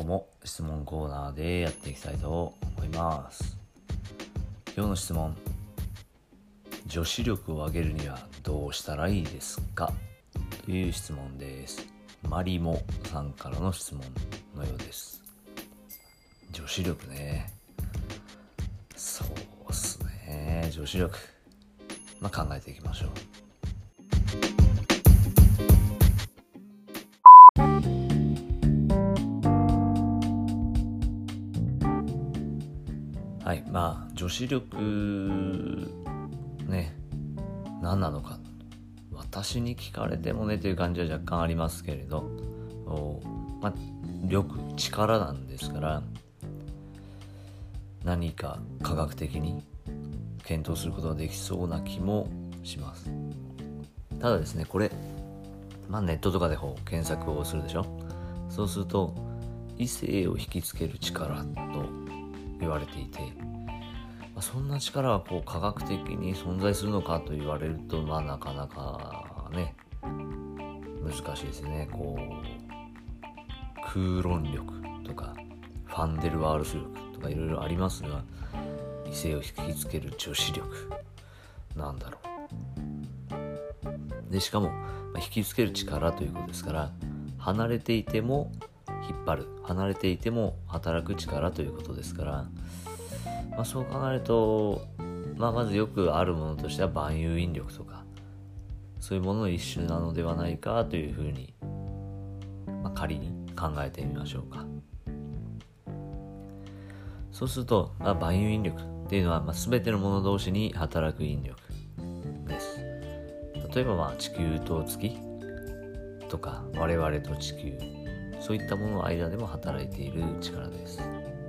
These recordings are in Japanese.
今日も質問コーナーでやっていきたいと思います。今日の質問、女子力を上げるにはどうしたらいいですかという質問です。マリモさんからの質問のようです。女子力ね、そうっすね、女子力、考えていきましょう。はい、女子力ね、何なのか私に聞かれてもねという感じは若干ありますけれど、力なんですから、何か科学的に検討することができそうな気もします。ただですね、これ、ネットとかで検索をするでしょ。そうすると異性を引きつける力と言われていて、そんな力は科学的に存在するのかと言われると、なかなかね難しいですね。空論力とかファンデルワールス力とかいろいろありますが、異性を引きつける女子力なんだろう。でしかも、引きつける力ということですから、離れていても引っ張る、離れていても働く力ということですから、そう考えると、まずよくあるものとしては万有引力とか、そういうものの一種なのではないかというふうに、仮に考えてみましょうか。そうすると、万有引力っていうのは、全てのもの同士に働く引力です。例えば地球と月とか我々と地球、そういったものの間でも働いている力です。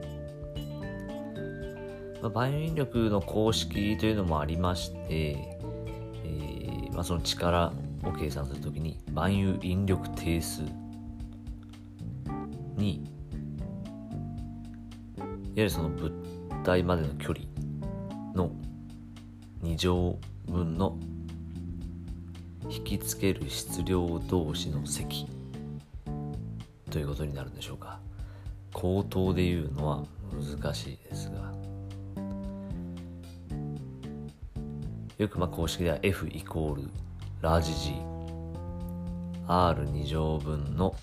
万有引力の公式というのもありまして、その力を計算するときに万有引力定数に、いわゆるその物体までの距離の2乗分の引きつける質量同士の積ということになるんでしょうか。口頭で言うのは難しいですが、よく公式では F イコールラージ G R2 乗分の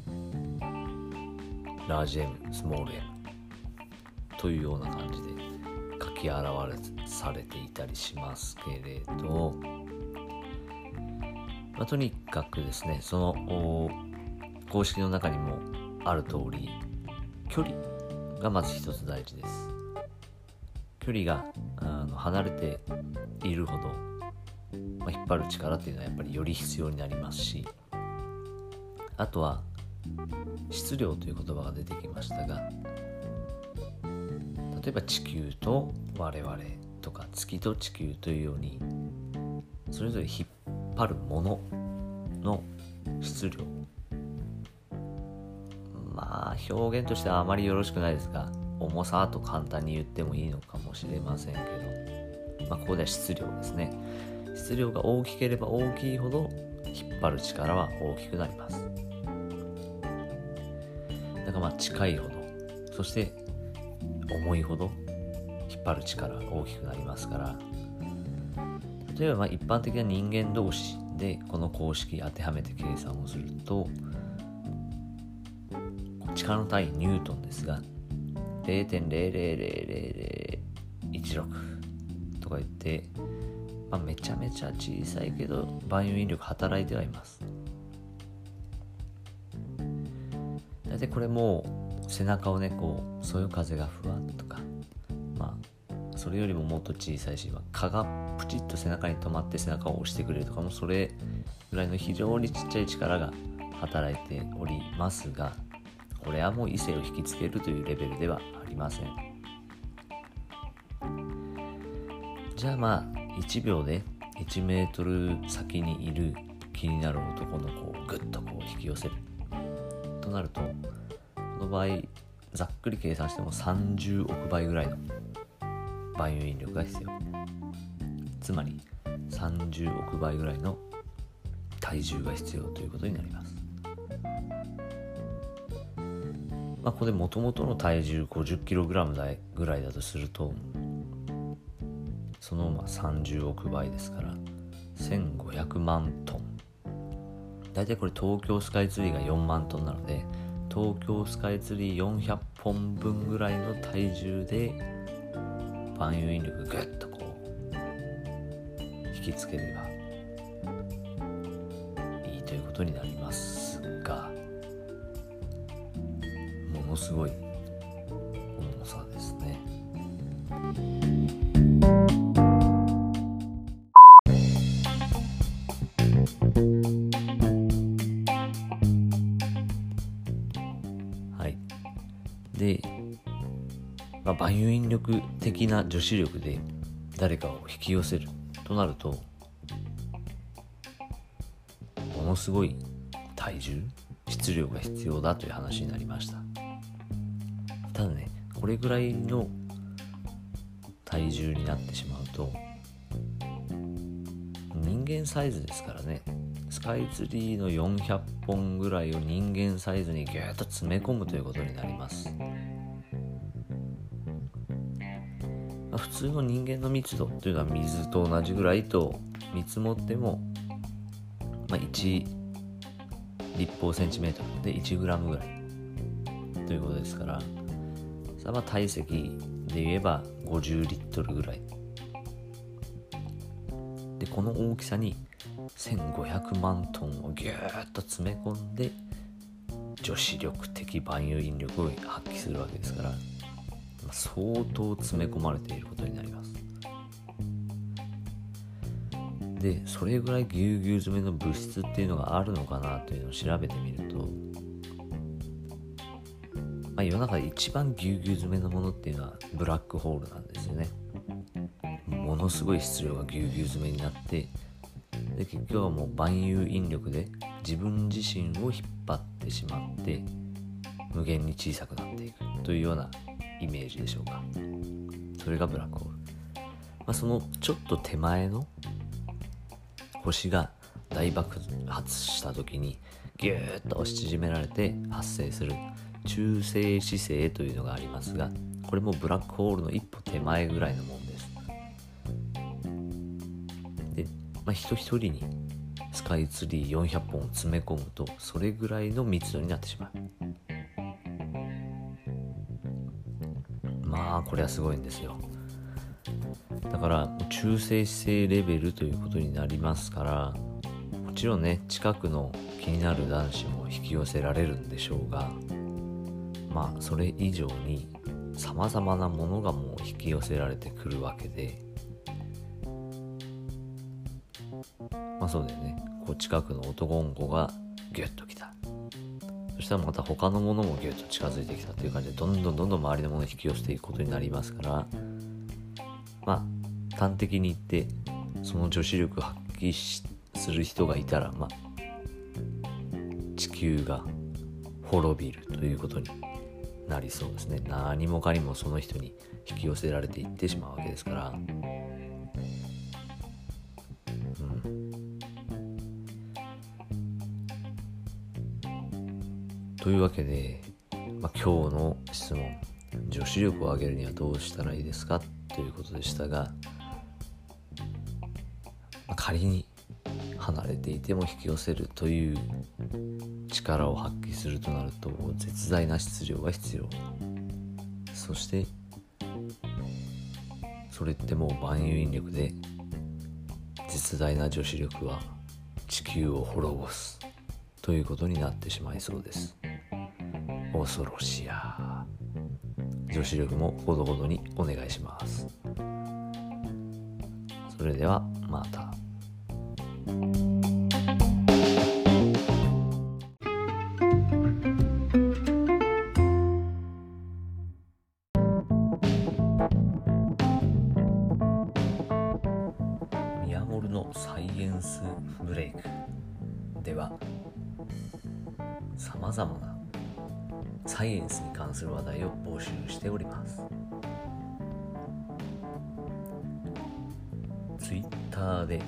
ラージ M スモール M というような感じで書き表されていたりしますけれど、とにかくですね、その公式の中にもある通り、距離がまず一つ大事です。距離が離れているほど、引っ張る力っていうのはやっぱりより必要になりますし、あとは質量という言葉が出てきましたが、例えば地球と我々とか月と地球というように、それぞれ引っ張るものの質量、表現としてはあまりよろしくないですが、重さと簡単に言ってもいいのかもしれませんけど、ここでは質量ですね。質量が大きければ大きいほど引っ張る力は大きくなります。だから近いほど、そして重いほど引っ張る力が大きくなりますから、例えば一般的な人間同士でこの公式当てはめて計算をすると、力の単位ニュートンですが 0.0000016 とか言って、めちゃめちゃ小さいけど万有引力働いてはいます。だいたいこれも背中をそよ風がふわっとか、それよりももっと小さいし、蚊がプチッと背中に止まって背中を押してくれるとかも、それぐらいの非常にちっちゃい力が働いておりますが、これはもう異性を引きつけるというレベルではありません。じゃあ1秒で1メートル先にいる気になる男の子をぐっと引き寄せるとなると、この場合ざっくり計算しても30億倍ぐらいの万有引力が必要。つまり30億倍ぐらいの体重が必要ということになります。 これ元々の体重 50kg 台ぐらいだとすると、その30億倍ですから1500万トン。だいたいこれ東京スカイツリーが4万トンなので、東京スカイツリー400本分ぐらいの体重で万有引力グッと引きつければいいということになりますが、ものすごい重さですね。はい。で、万有引力的な女子力で誰かを引き寄せるとなると、ものすごい体重、質量が必要だという話になりました。ただね、これぐらいの体重になってしまうと、人間サイズですからね、スカイツリーの400本ぐらいを人間サイズにギューッと詰め込むということになります。普通の人間の密度というのは水と同じぐらいと見積もっても、1立方センチメートルで1グラムぐらいということですから、体積で言えば50リットルぐらいで、この大きさに1500万トンをギューッと詰め込んで女子力的万有引力を発揮するわけですから、相当詰め込まれていることになります。で、それぐらいぎゅうぎゅう詰めの物質っていうのがあるのかなというのを調べてみると、世の中で一番ぎゅうぎゅう詰めのものっていうのはブラックホールなんですよね。ものすごい質量がぎゅうぎゅう詰めになって、で結局はもう万有引力で自分自身を引っ張ってしまって無限に小さくなっていくというようなイメージでしょうか。それがブラックホール。そのちょっと手前の星が大爆発した時にギューッと押し縮められて発生する中性子星というのがありますが、これもブラックホールの一歩手前ぐらいのもんです。で、人一人にスカイツリー400本を詰め込むとそれぐらいの密度になってしまう。これはすごいんですよ。だから中性子星レベルということになりますから、もちろんね、近くの気になる男子も引き寄せられるんでしょうが、それ以上にさまざまなものがもう引き寄せられてくるわけで、そうだよね、近くの男ん子がギュッと来た、そしたらまた他のものもギュッと近づいてきたという感じで、どんどん周りのものを引き寄せていくことになりますから、端的に言ってその女子力を発揮する人がいたら、地球が滅びるということになりそうですね。何もかにもその人に引き寄せられていってしまうわけですから、というわけで、今日の質問、女子力を上げるにはどうしたらいいですかということでしたが、仮に離れていても引き寄せるという力を発揮するとなると絶大な質量が必要。そしてそれってもう万有引力で絶大な女子力は地球を滅ぼすということになってしまいそうです。恐ろしや。女子力もほどほどにお願いします。それではまた。ミヤモルのサイエンスブレイクでは、さまざまなサイエンスに関する話題を募集しております。ツイッターで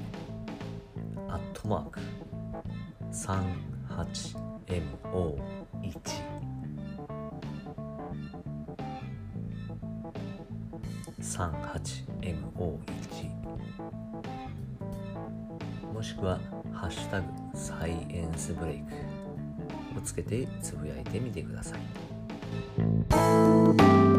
@38mo1 38MO1 もしくはハッシュタグサイエンスブレイクをつけてつぶやいてみてください。